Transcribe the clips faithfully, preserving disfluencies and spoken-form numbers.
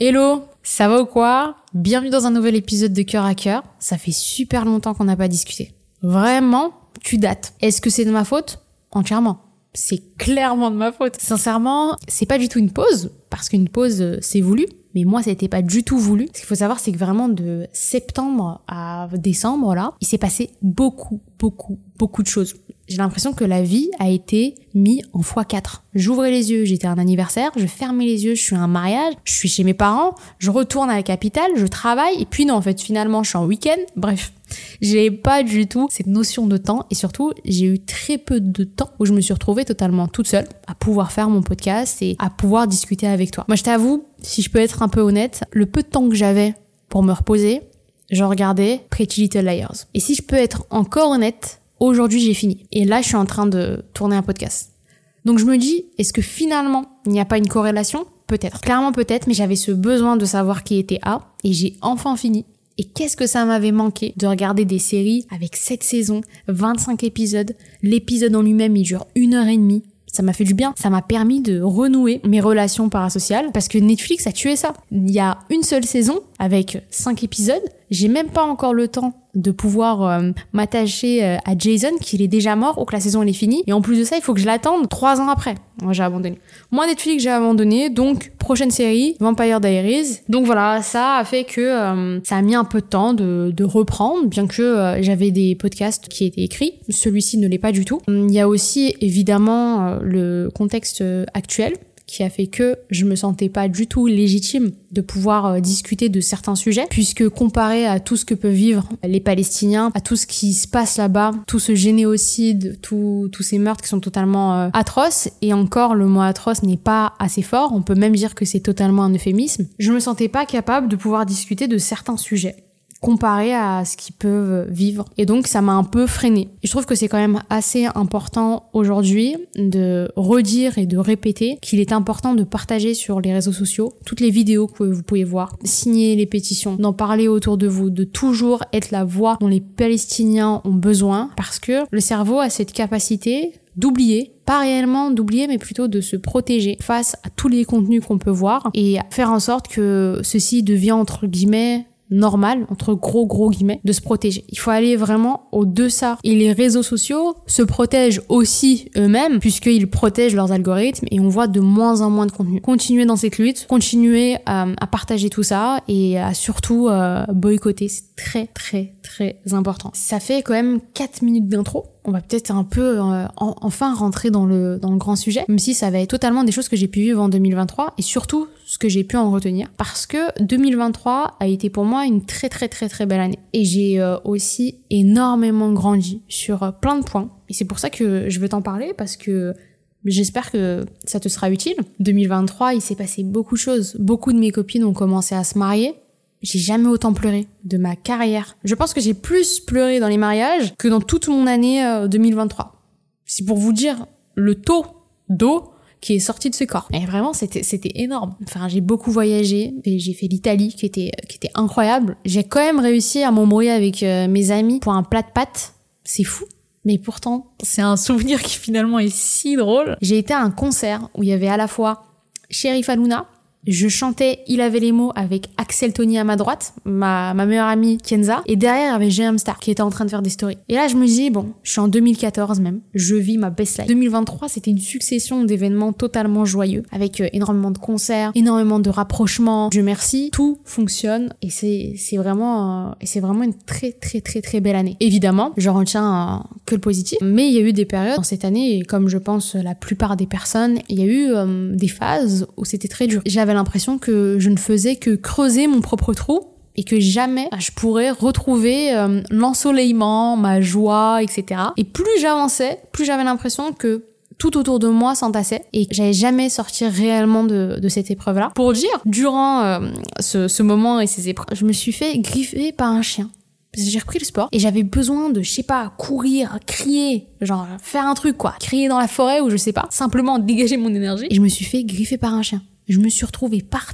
Hello, ça va ou quoi? Bienvenue dans un nouvel épisode de Cœur à Cœur. Ça fait super longtemps qu'on n'a pas discuté. Vraiment, tu dates. Est-ce que c'est de ma faute? Entièrement. C'est clairement de ma faute. Sincèrement, c'est pas du tout une pause, parce qu'une pause, c'est voulu. Mais moi, c'était pas du tout voulu. Ce qu'il faut savoir, c'est que vraiment de septembre à décembre, là, il s'est passé beaucoup, beaucoup, beaucoup de choses. J'ai l'impression que la vie a été mise en fois quatre. J'ouvrais les yeux, j'étais à un anniversaire, je fermais les yeux, je suis à un mariage, je suis chez mes parents, je retourne à la capitale, je travaille, et puis non, en fait, finalement, je suis en week-end. Bref, j'ai pas du tout cette notion de temps, et surtout, j'ai eu très peu de temps où je me suis retrouvée totalement toute seule à pouvoir faire mon podcast et à pouvoir discuter avec toi. Moi, je t'avoue, si je peux être un peu honnête, le peu de temps que j'avais pour me reposer, je regardais Pretty Little Liars. Et si je peux être encore honnête, aujourd'hui, j'ai fini. Et là, je suis en train de tourner un podcast. Donc, je me dis, est-ce que finalement, il n'y a pas une corrélation? Peut-être. Clairement, peut-être, mais j'avais ce besoin de savoir qui était A, et j'ai enfin fini. Et qu'est-ce que ça m'avait manqué de regarder des séries avec sept saisons, vingt-cinq épisodes. L'épisode en lui-même, il dure une heure et demie. Ça m'a fait du bien. Ça m'a permis de renouer mes relations parasociales parce que Netflix a tué ça. Il y a une seule saison avec cinq épisodes. J'ai même pas encore le temps de pouvoir euh, m'attacher euh, à Jason, qu'il est déjà mort ou que la saison elle est finie. Et en plus de ça, il faut que je l'attende trois ans après. Moi, j'ai abandonné. Moi, Netflix, j'ai abandonné. Donc, prochaine série, Vampire Diaries. Donc voilà, ça a fait que euh, ça a mis un peu de temps de, de reprendre, bien que euh, j'avais des podcasts qui étaient écrits. Celui-ci ne l'est pas du tout. Il y a aussi, évidemment, euh, le contexte actuel qui a fait que je me sentais pas du tout légitime de pouvoir euh, discuter de certains sujets, puisque comparé à tout ce que peuvent vivre les Palestiniens, à tout ce qui se passe là-bas, tout ce génocide, tout, tous ces meurtres qui sont totalement euh, atroces, et encore le mot atroce n'est pas assez fort, on peut même dire que c'est totalement un euphémisme, je me sentais pas capable de pouvoir discuter de certains sujets comparé à ce qu'ils peuvent vivre. Et donc, ça m'a un peu freinée. Et je trouve que c'est quand même assez important aujourd'hui de redire et de répéter qu'il est important de partager sur les réseaux sociaux toutes les vidéos que vous pouvez voir, signer les pétitions, d'en parler autour de vous, de toujours être la voix dont les Palestiniens ont besoin, parce que le cerveau a cette capacité d'oublier, pas réellement d'oublier, mais plutôt de se protéger face à tous les contenus qu'on peut voir et faire en sorte que ceci devient, entre guillemets, normal, entre gros gros guillemets, de se protéger. Il faut aller vraiment au-deçà. Et les réseaux sociaux se protègent aussi eux-mêmes, puisqu'ils protègent leurs algorithmes et on voit de moins en moins de contenu. Continuez dans cette lutte, continuez à, à partager tout ça et à surtout euh, boycotter. C'est très très très important. Ça fait quand même quatre minutes d'intro. On va peut-être un peu euh, en, enfin rentrer dans le dans le grand sujet, même si ça va être totalement des choses que j'ai pu vivre en deux mille vingt-trois et surtout ce que j'ai pu en retenir, parce que deux mille vingt-trois a été pour moi une très très très très belle année et j'ai euh, aussi énormément grandi sur euh, plein de points et c'est pour ça que je veux t'en parler, parce que j'espère que ça te sera utile. deux mille vingt-trois, il s'est passé beaucoup de choses. Beaucoup de mes copines ont commencé à se marier. J'ai jamais autant pleuré de ma carrière. Je pense que j'ai plus pleuré dans les mariages que dans toute mon année euh, deux mille vingt-trois. C'est pour vous dire le taux d'eau qui est sorti de ce corps. Et vraiment, c'était c'était énorme. Enfin, j'ai beaucoup voyagé. Et j'ai fait l'Italie, qui était qui était incroyable. J'ai quand même réussi à m'embrouiller avec euh, mes amis pour un plat de pâtes. C'est fou. Mais pourtant, c'est un souvenir qui finalement est si drôle. J'ai été à un concert où il y avait à la fois Cherif Halouna. Je chantais Il avait les mots avec Axel Tony à ma droite, ma, ma meilleure amie Kenza, et derrière il y avait G M Star qui était en train de faire des stories. Et là je me dis, bon, je suis en deux mille quatorze même, je vis ma best life. deux mille vingt-trois, c'était une succession d'événements totalement joyeux, avec euh, énormément de concerts, énormément de rapprochements. Dieu merci, tout fonctionne et c'est c'est vraiment euh, et c'est vraiment une très très très très belle année. Évidemment, je retiens euh, que le positif, mais il y a eu des périodes dans cette année, et comme je pense la plupart des personnes, il y a eu euh, des phases où c'était très dur. J'avais l'impression que je ne faisais que creuser mon propre trou et que jamais je pourrais retrouver euh, l'ensoleillement, ma joie, et cetera. Et plus j'avançais, plus j'avais l'impression que tout autour de moi s'entassait et que j'allais jamais sortir réellement de, de cette épreuve-là. Pour dire, durant euh, ce, ce moment et ces épreuves, je me suis fait griffer par un chien. Parce que j'ai repris le sport et j'avais besoin de, je sais pas, courir, crier, genre faire un truc quoi, crier dans la forêt ou je sais pas, simplement dégager mon énergie. Et je me suis fait griffer par un chien. Je me suis retrouvée par terre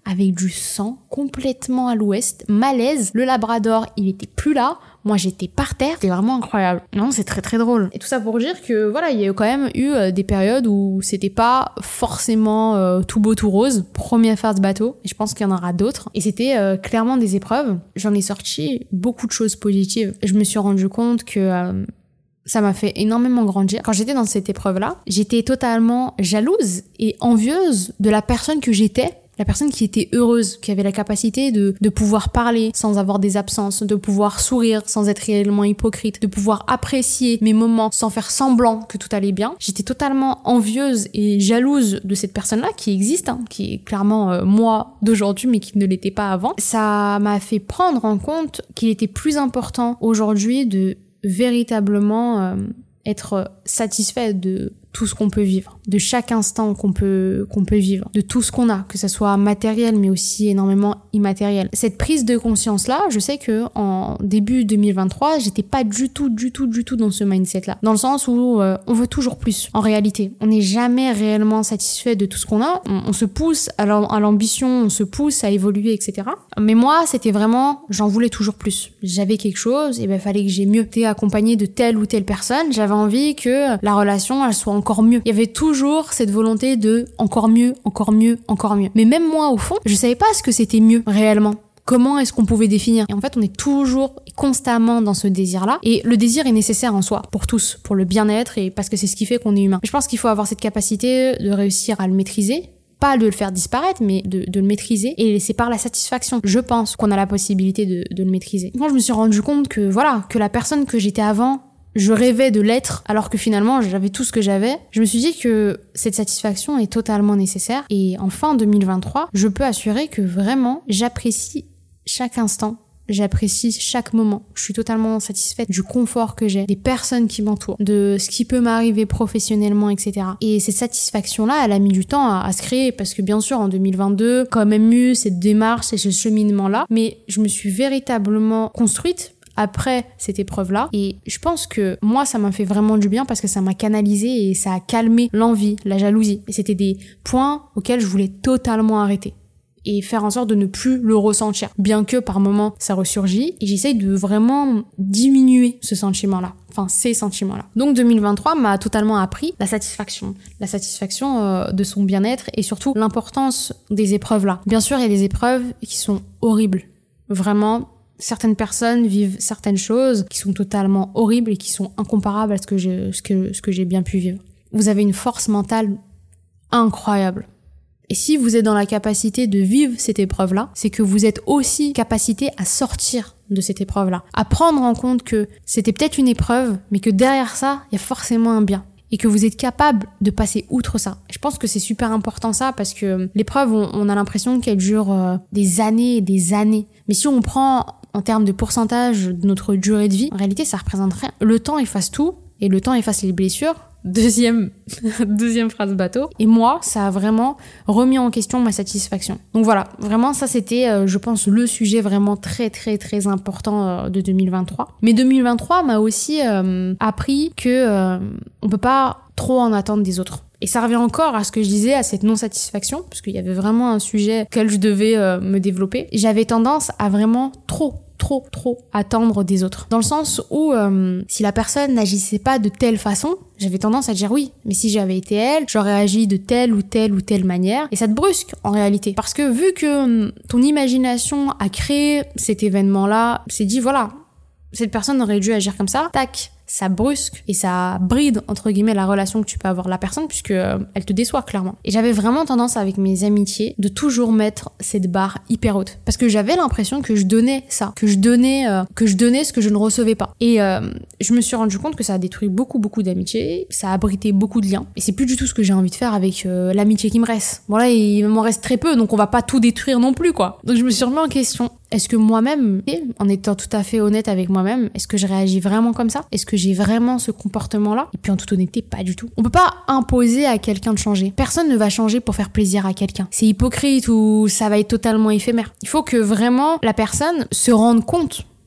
avec du sang, complètement à l'ouest, malaise. Le labrador, il était plus là. Moi, j'étais par terre. C'était vraiment incroyable. Non, c'est très très drôle. Et tout ça pour dire que voilà, il y a quand même eu euh, des périodes où c'était pas forcément euh, tout beau tout rose. Première phase bateau. Et je pense qu'il y en aura d'autres. Et c'était euh, clairement des épreuves. J'en ai sorti beaucoup de choses positives. Je me suis rendu compte que euh, ça m'a fait énormément grandir. Quand j'étais dans cette épreuve-là, j'étais totalement jalouse et envieuse de la personne que j'étais. La personne qui était heureuse, qui avait la capacité de, de pouvoir parler sans avoir des absences, de pouvoir sourire sans être réellement hypocrite, de pouvoir apprécier mes moments sans faire semblant que tout allait bien. J'étais totalement envieuse et jalouse de cette personne-là qui existe, hein, qui est clairement euh, moi d'aujourd'hui mais qui ne l'était pas avant. Ça m'a fait prendre en compte qu'il était plus important aujourd'hui de véritablement euh, être satisfait de tout ce qu'on peut vivre, de chaque instant qu'on peut qu'on peut vivre, de tout ce qu'on a, que ça soit matériel mais aussi énormément immatériel. Cette prise de conscience là, je sais que en début deux mille vingt-trois, j'étais pas du tout du tout du tout dans ce mindset là, dans le sens où euh, on veut toujours plus. En réalité, on n'est jamais réellement satisfait de tout ce qu'on a. On, on se pousse à l'ambition, on se pousse à évoluer, et cetera. Mais moi, c'était vraiment, j'en voulais toujours plus. J'avais quelque chose, et ben fallait que j'ai mieux. J'étais accompagnée de telle ou telle personne, j'avais envie que la relation elle soit encore mieux. Il y avait toujours cette volonté de encore mieux, encore mieux, encore mieux. Mais même moi, au fond, je savais pas ce que c'était mieux, réellement. Comment est-ce qu'on pouvait définir? Et en fait, on est toujours constamment dans ce désir-là. Et le désir est nécessaire en soi, pour tous, pour le bien-être et parce que c'est ce qui fait qu'on est humain. Je pense qu'il faut avoir cette capacité de réussir à le maîtriser. Pas de le faire disparaître, mais de, de le maîtriser. Et c'est par la satisfaction, je pense, qu'on a la possibilité de, de le maîtriser. Quand je me suis rendu compte que, voilà, que la personne que j'étais avant, je rêvais de l'être, alors que finalement, j'avais tout ce que j'avais. Je me suis dit que cette satisfaction est totalement nécessaire. Et en fin deux mille vingt-trois, je peux assurer que vraiment, j'apprécie chaque instant. J'apprécie chaque moment. Je suis totalement satisfaite du confort que j'ai, des personnes qui m'entourent, de ce qui peut m'arriver professionnellement, et cetera. Et cette satisfaction-là, elle a mis du temps à, à se créer parce que bien sûr, en deux mille vingt-deux, quand même eu cette démarche et ce cheminement-là, mais je me suis véritablement construite après cette épreuve-là. Et je pense que moi, ça m'a fait vraiment du bien parce que ça m'a canalisé et ça a calmé l'envie, la jalousie. Et c'était des points auxquels je voulais totalement arrêter et faire en sorte de ne plus le ressentir. Bien que par moments, ça ressurgit et j'essaye de vraiment diminuer ce sentiment-là. Enfin, ces sentiments-là. Donc deux mille vingt-trois m'a totalement appris la satisfaction. La satisfaction euh, de son bien-être et surtout l'importance des épreuves-là. Bien sûr, il y a des épreuves qui sont horribles. Vraiment, certaines personnes vivent certaines choses qui sont totalement horribles et qui sont incomparables à ce que j'ai, ce que, ce que j'ai bien pu vivre. Vous avez une force mentale incroyable. Et si vous êtes dans la capacité de vivre cette épreuve-là, c'est que vous êtes aussi capacité à sortir de cette épreuve-là. À prendre en compte que c'était peut-être une épreuve, mais que derrière ça, il y a forcément un bien. Et que vous êtes capable de passer outre ça. Je pense que c'est super important ça, parce que l'épreuve, on, on a l'impression qu'elle dure euh, des années et des années. Mais si on prend en termes de pourcentage de notre durée de vie, en réalité, ça représente rien. Le temps efface tout, et le temps efface les blessures. Deuxième, deuxième phrase bateau. Et moi, ça a vraiment remis en question ma satisfaction. Donc voilà, vraiment, ça c'était, euh, je pense, le sujet vraiment très, très, très important euh, de deux mille vingt-trois. Mais deux mille vingt-trois m'a aussi euh, appris que euh, on peut pas trop en attendre des autres. Et ça revient encore à ce que je disais, à cette non-satisfaction, parce qu'il y avait vraiment un sujet auquel je devais euh, me développer. J'avais tendance à vraiment trop trop, trop attendre des autres. Dans le sens où, euh, si la personne n'agissait pas de telle façon, j'avais tendance à dire oui, mais si j'avais été elle, j'aurais agi de telle ou telle ou telle manière. Et ça te brusque, en réalité. Parce que vu que ton imagination a créé cet événement-là, c'est dit, voilà, cette personne aurait dû agir comme ça, tac, ça brusque et ça bride entre guillemets la relation que tu peux avoir de la personne, puisque euh, elle te déçoit clairement. Et j'avais vraiment tendance avec mes amitiés de toujours mettre cette barre hyper haute, parce que j'avais l'impression que je donnais ça, que je donnais euh, que je donnais ce que je ne recevais pas. Et euh, je me suis rendu compte que ça a détruit beaucoup beaucoup d'amitiés, ça a abrité beaucoup de liens. Et c'est plus du tout ce que j'ai envie de faire avec euh, l'amitié qui me reste. Bon là, il m'en reste très peu, donc on va pas tout détruire non plus quoi. Donc je me suis remis en question. Est-ce que moi-même, en étant tout à fait honnête avec moi-même, est-ce que je réagis vraiment comme ça? Est-ce que j'ai vraiment ce comportement-là? Et puis en toute honnêteté, pas du tout. On peut pas imposer à quelqu'un de changer. Personne ne va changer pour faire plaisir à quelqu'un. C'est hypocrite ou ça va être totalement éphémère. Il faut que vraiment la personne se rende compte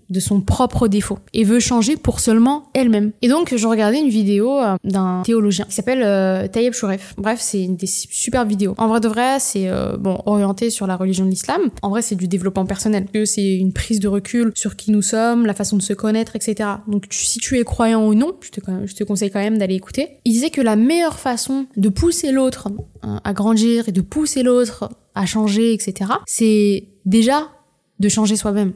de son propre défaut et veut changer pour seulement elle-même. Et donc, je regardais une vidéo euh, d'un théologien qui s'appelle euh, Taïeb Chouref. Bref, c'est une des super vidéos. En vrai de vrai, c'est euh, bon orienté sur la religion de l'islam. En vrai, c'est du développement personnel. C'est une prise de recul sur qui nous sommes, la façon de se connaître, et cetera. Donc, tu, si tu es croyant ou non, je te, je te conseille quand même d'aller écouter. Il disait que la meilleure façon de pousser l'autre hein, à grandir et de pousser l'autre à changer, et cetera, c'est déjà de changer soi-même.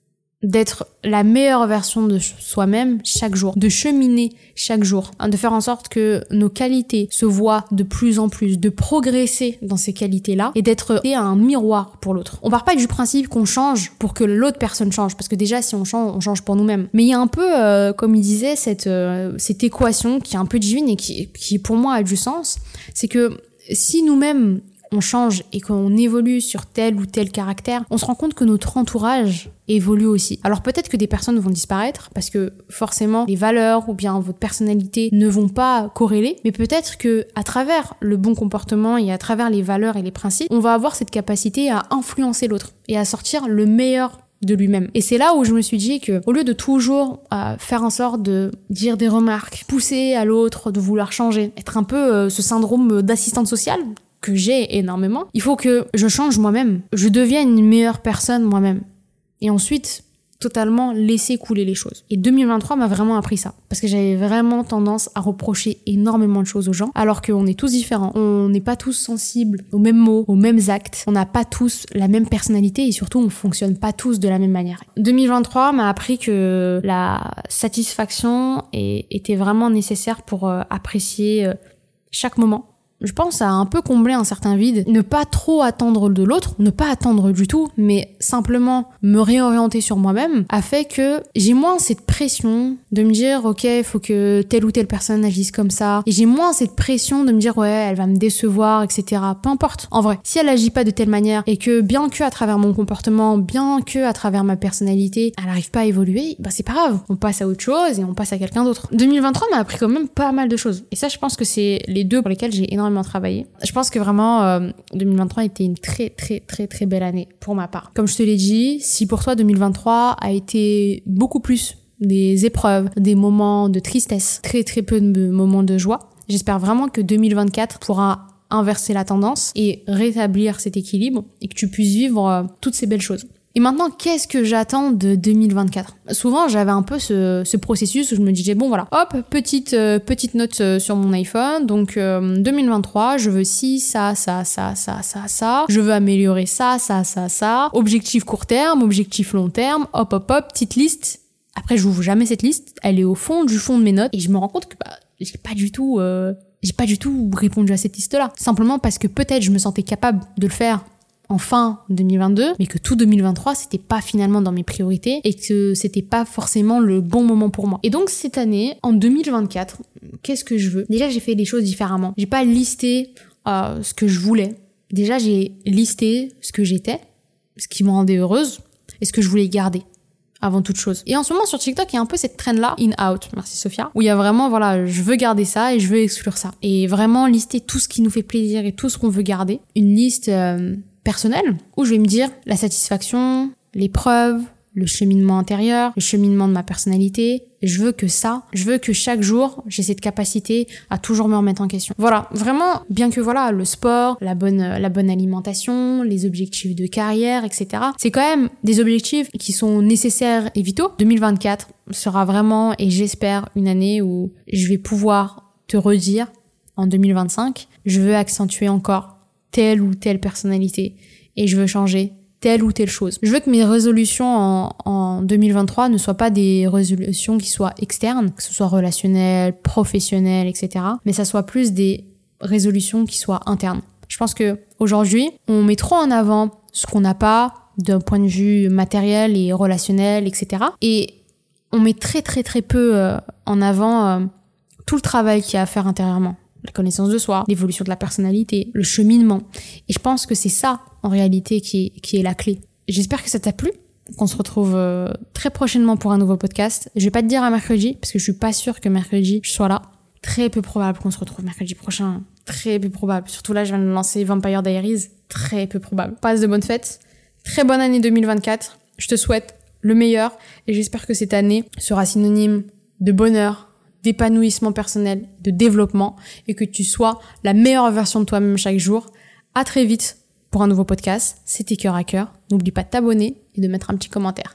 D'être la meilleure version de soi-même chaque jour, de cheminer chaque jour, hein, de faire en sorte que nos qualités se voient de plus en plus, de progresser dans ces qualités-là et d'être un miroir pour l'autre. On part pas du principe qu'on change pour que l'autre personne change, parce que déjà si on change, on change pour nous-mêmes. Mais il y a un peu, euh, comme il disait, cette, euh, cette équation qui est un peu divine et qui, qui pour moi a du sens, c'est que si nous-mêmes on change et qu'on évolue sur tel ou tel caractère, on se rend compte que notre entourage évolue aussi. Alors peut-être que des personnes vont disparaître parce que forcément les valeurs ou bien votre personnalité ne vont pas corréler, mais peut-être que à travers le bon comportement et à travers les valeurs et les principes, on va avoir cette capacité à influencer l'autre et à sortir le meilleur de lui-même. Et c'est là où je me suis dit que au lieu de toujours euh, faire en sorte de dire des remarques, pousser à l'autre, de vouloir changer, être un peu euh, ce syndrome d'assistante sociale que j'ai énormément, il faut que je change moi-même. Je devienne une meilleure personne moi-même. Et ensuite, totalement laisser couler les choses. Et deux mille vingt-trois m'a vraiment appris ça. Parce que j'avais vraiment tendance à reprocher énormément de choses aux gens, alors qu'on est tous différents. On n'est pas tous sensibles aux mêmes mots, aux mêmes actes. On n'a pas tous la même personnalité et surtout, on fonctionne pas tous de la même manière. deux mille vingt-trois m'a appris que la satisfaction était vraiment nécessaire pour euh, apprécier euh, chaque moment. Je pense à un peu combler un certain vide, ne pas trop attendre de l'autre, ne pas attendre du tout, mais simplement me réorienter sur moi-même a fait que j'ai moins cette pression de me dire ok, il faut que telle ou telle personne agisse comme ça, et j'ai moins cette pression de me dire ouais, elle va me décevoir, et cetera. Peu importe. En vrai, si elle agit pas de telle manière et que bien que à travers mon comportement, bien que à travers ma personnalité, elle arrive pas à évoluer, bah c'est pas grave. On passe à autre chose et on passe à quelqu'un d'autre. deux mille vingt-trois m'a appris quand même pas mal de choses. Et ça, je pense que c'est les deux pour lesquels j'ai énormément travaillé. Je pense que vraiment euh, deux mille vingt-trois était une très très très très belle année pour ma part. Comme je te l'ai dit, si pour toi deux mille vingt-trois a été beaucoup plus des épreuves, des moments de tristesse, très très peu de moments de joie, j'espère vraiment que deux mille vingt-quatre pourra inverser la tendance et rétablir cet équilibre et que tu puisses vivre euh, toutes ces belles choses. Et maintenant, qu'est-ce que j'attends de deux mille vingt-quatre ? Souvent, j'avais un peu ce, ce processus où je me disais, bon voilà, hop, petite, euh, petite note euh, sur mon iPhone, donc euh, deux mille vingt-trois, je veux ci, ça, ça, ça, ça, ça, ça, je veux améliorer ça, ça, ça, ça, objectif court terme, objectif long terme, hop, hop, hop, petite liste. Après, j'ouvre jamais cette liste, elle est au fond du fond de mes notes, et je me rends compte que bah, j'ai pas du tout... Euh, j'ai pas du tout répondu à cette liste-là. Simplement parce que peut-être je me sentais capable de le faire en fin deux mille vingt-deux, mais que tout deux mille vingt-trois, c'était pas finalement dans mes priorités et que c'était pas forcément le bon moment pour moi. Et donc, cette année, en deux mille vingt-quatre, qu'est-ce que je veux ? Déjà, j'ai fait les choses différemment. J'ai pas listé euh, ce que je voulais. Déjà, j'ai listé ce que j'étais, ce qui me rendait heureuse et ce que je voulais garder avant toute chose. Et en ce moment, sur TikTok, il y a un peu cette trend-là, in-out, merci Sophia, où il y a vraiment, voilà, je veux garder ça et je veux exclure ça. Et vraiment lister tout ce qui nous fait plaisir et tout ce qu'on veut garder. Une liste... Euh, personnel, où je vais me dire la satisfaction, l'épreuve, le cheminement intérieur, le cheminement de ma personnalité. Je veux que ça, je veux que chaque jour, j'ai cette capacité à toujours me remettre en question. Voilà, vraiment, bien que voilà, le sport, la bonne, la bonne alimentation, les objectifs de carrière, et cetera. C'est quand même des objectifs qui sont nécessaires et vitaux. deux mille vingt-quatre sera vraiment, et j'espère, une année où je vais pouvoir te redire, en deux mille vingt-cinq, je veux accentuer encore telle ou telle personnalité et je veux changer telle ou telle chose. Je veux que mes résolutions en, en deux mille vingt-trois ne soient pas des résolutions qui soient externes, que ce soit relationnelles, professionnelles, et cetera. Mais ça soit plus des résolutions qui soient internes. Je pense que aujourd'hui, on met trop en avant ce qu'on n'a pas d'un point de vue matériel et relationnel, et cetera. Et on met très très très peu euh, en avant euh, tout le travail qu'il y a à faire intérieurement. La connaissance de soi, l'évolution de la personnalité, le cheminement. Et je pense que c'est ça, en réalité, qui est, qui est la clé. J'espère que ça t'a plu, qu'on se retrouve euh, très prochainement pour un nouveau podcast. Je vais pas te dire à mercredi, parce que je suis pas sûre que mercredi, je sois là. Très peu probable qu'on se retrouve mercredi prochain. Très peu probable. Surtout là, je viens de lancer Vampire Diaries. Très peu probable. Passe de bonnes fêtes. Très bonne année deux mille vingt-quatre. Je te souhaite le meilleur et j'espère que cette année sera synonyme de bonheur, d'épanouissement personnel, de développement et que tu sois la meilleure version de toi-même chaque jour. À très vite pour un nouveau podcast. C'était Cœur à Cœur. N'oublie pas de t'abonner et de mettre un petit commentaire.